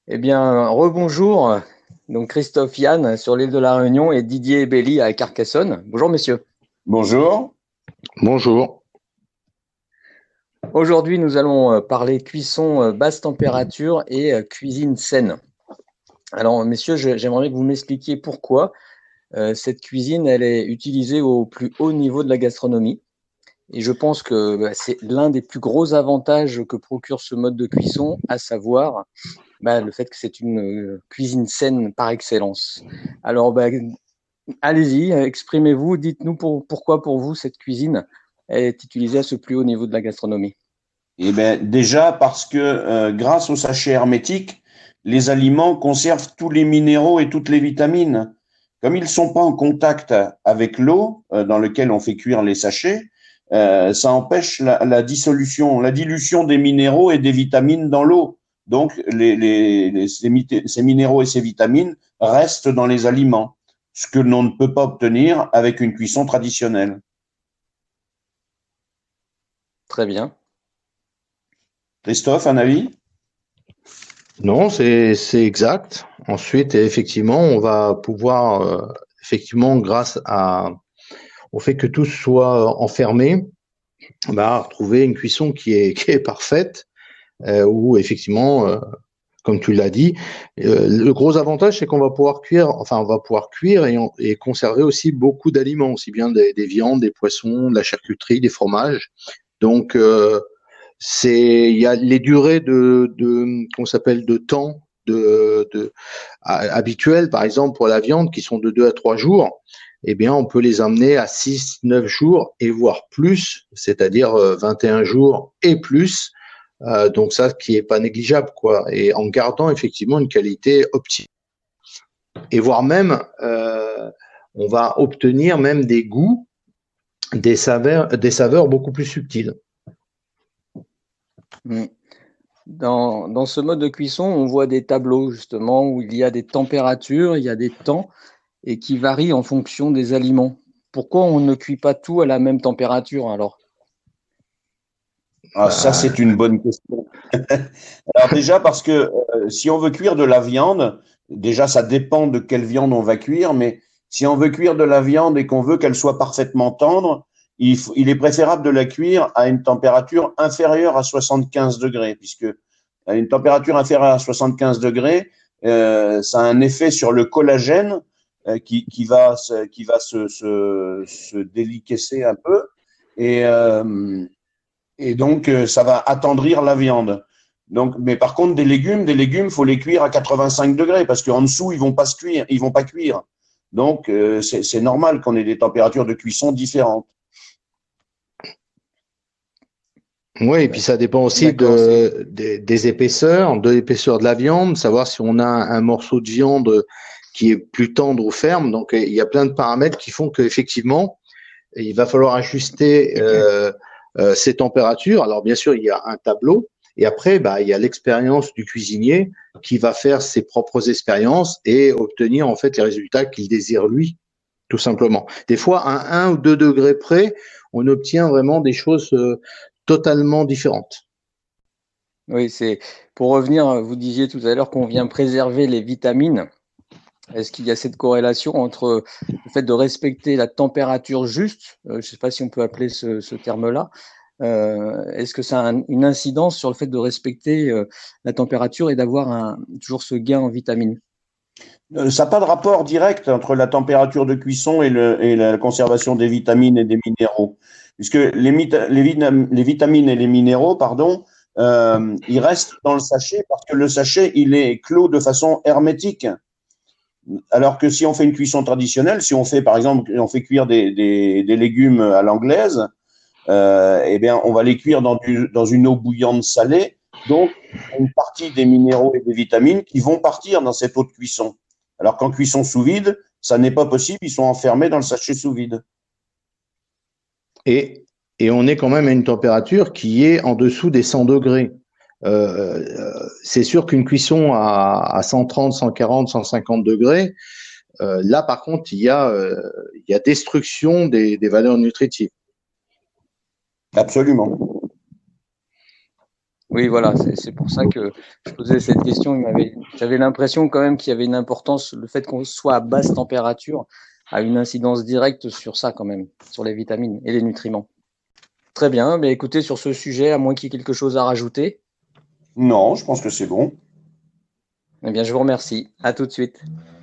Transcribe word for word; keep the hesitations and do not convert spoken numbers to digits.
Eh bien, rebonjour. Donc Christophe Yann sur l'île de la Réunion et Didier Belli à Carcassonne. Bonjour messieurs. Bonjour. Bonjour. Aujourd'hui, nous allons euh, parler cuisson euh, basse température et euh, cuisine saine. Alors messieurs, je- j'aimerais bien que vous m'expliquiez pourquoi euh, cette cuisine elle est utilisée au plus haut niveau de la gastronomie. Et je pense que bah, c'est l'un des plus gros avantages que procure ce mode de cuisson, à savoir bah, le fait que c'est une euh, cuisine saine par excellence. Alors, bah, allez-y, exprimez-vous, dites-nous pour, pourquoi pour vous cette cuisine est utilisée à ce plus haut niveau de la gastronomie. Eh bien, déjà parce que euh, grâce au sachet hermétique, les aliments conservent tous les minéraux et toutes les vitamines. Comme ils ne sont pas en contact avec l'eau euh, dans laquelle on fait cuire les sachets, euh, ça empêche la, la dissolution, la dilution des minéraux et des vitamines dans l'eau. Donc, les, les, les, ces, ces minéraux et ces vitamines restent dans les aliments, ce que l'on ne peut pas obtenir avec une cuisson traditionnelle. Très bien. Christophe, un avis? Non, c'est c'est exact. Ensuite, effectivement, on va pouvoir euh, effectivement, grâce à au fait que tout soit enfermé, bah, retrouver une cuisson qui est qui est parfaite. Euh, où effectivement, euh, comme tu l'as dit, euh, le gros avantage c'est qu'on va pouvoir cuire, enfin on va pouvoir cuire et, on- et conserver aussi beaucoup d'aliments, aussi bien des, des viandes, des poissons, de la charcuterie, des fromages. Donc euh, c'est il y a les durées de de qu'on s'appelle de temps de, de à- habituelles, par exemple pour la viande qui sont de deux à trois jours. Eh bien, on peut les amener à six, neuf jours et voire plus, c'est-à-dire euh, vingt et un jours et plus. Euh, donc ça, qui est pas négligeable, quoi. Et en gardant effectivement une qualité optimale. Et voire même, euh, on va obtenir même des goûts, des saveurs, des saveurs beaucoup plus subtiles. Mm. Dans, dans ce mode de cuisson, on voit des tableaux justement où il y a des températures, il y a des temps et qui varient en fonction des aliments. Pourquoi on ne cuit pas tout à la même température alors? Ah, ça, Bah, c'est une bonne question. Alors déjà, parce que euh, si on veut cuire de la viande, déjà, ça dépend de quelle viande on va cuire, mais si on veut cuire de la viande et qu'on veut qu'elle soit parfaitement tendre, il, faut- il est préférable de la cuire à une température inférieure à soixante-quinze degrés, puisque à une température inférieure à soixante-quinze degrés, euh, ça a un effet sur le collagène euh, qui, qui va, se, qui va se, se, se déliquescer un peu. Et, euh, et donc, euh, ça va attendrir la viande. Donc, mais par contre, des légumes, des légumes, faut les cuire à quatre-vingt-cinq degrés parce qu'en dessous, ils vont pas se cuire, ils vont pas cuire. Donc, euh, c'est c'est normal qu'on ait des températures de cuisson différentes. oui, et puis ça dépend aussi D'accord, c'est de, des, des épaisseurs, de l'épaisseur de la viande, savoir si on a un, un morceau de viande qui est plus tendre ou ferme. Donc, il y a plein de paramètres qui font qu'effectivement, il va falloir ajuster euh, euh, ces températures. Alors bien sûr, il y a un tableau et après, bah, il y a l'expérience du cuisinier qui va faire ses propres expériences et obtenir en fait les résultats qu'il désire lui, tout simplement. Des fois, à un ou deux degrés près, on obtient vraiment des choses euh, totalement différentes. oui, c'est pour revenir, vous disiez tout à l'heure qu'on vient préserver les vitamines. Est-ce qu'il y a cette corrélation entre le fait de respecter la température juste, euh, je ne sais pas si on peut appeler ce, ce terme-là, euh, est-ce que ça a un- une incidence sur le fait de respecter euh, la température et d'avoir un, toujours ce gain en vitamines? Euh, ça n'a pas de rapport direct entre la température de cuisson et, le, et la conservation des vitamines et des minéraux, puisque les, mita- les, vitam- les vitamines et les minéraux, pardon, euh, ils restent dans le sachet parce que le sachet, il est clos de façon hermétique. Alors que si on fait une cuisson traditionnelle, si on fait par exemple, on fait cuire des, des, des légumes à l'anglaise, euh, eh bien, on va les cuire dans, du, dans une eau bouillante salée. Donc, une partie des minéraux et des vitamines qui vont partir dans cette eau de cuisson. Alors qu'en cuisson sous vide, ça n'est pas possible, ils sont enfermés dans le sachet sous vide. Et, et on est quand même à une température qui est en dessous des cent degrés. Euh, euh, c'est sûr qu'une cuisson à, à cent trente, cent quarante, cent cinquante degrés, euh, là par contre, il y a, euh, il y a destruction des, des valeurs nutritives. Absolument. Oui, voilà, c'est c'est pour ça que je posais cette question. Il m'avait, j'avais l'impression quand même qu'il y avait une importance, le fait qu'on soit à basse température a une incidence directe sur ça quand même, sur les vitamines et les nutriments. Très bien, mais écoutez, sur ce sujet, à moins qu'il y ait quelque chose à rajouter, Non, je pense que c'est bon. eh bien, je vous remercie. À tout de suite.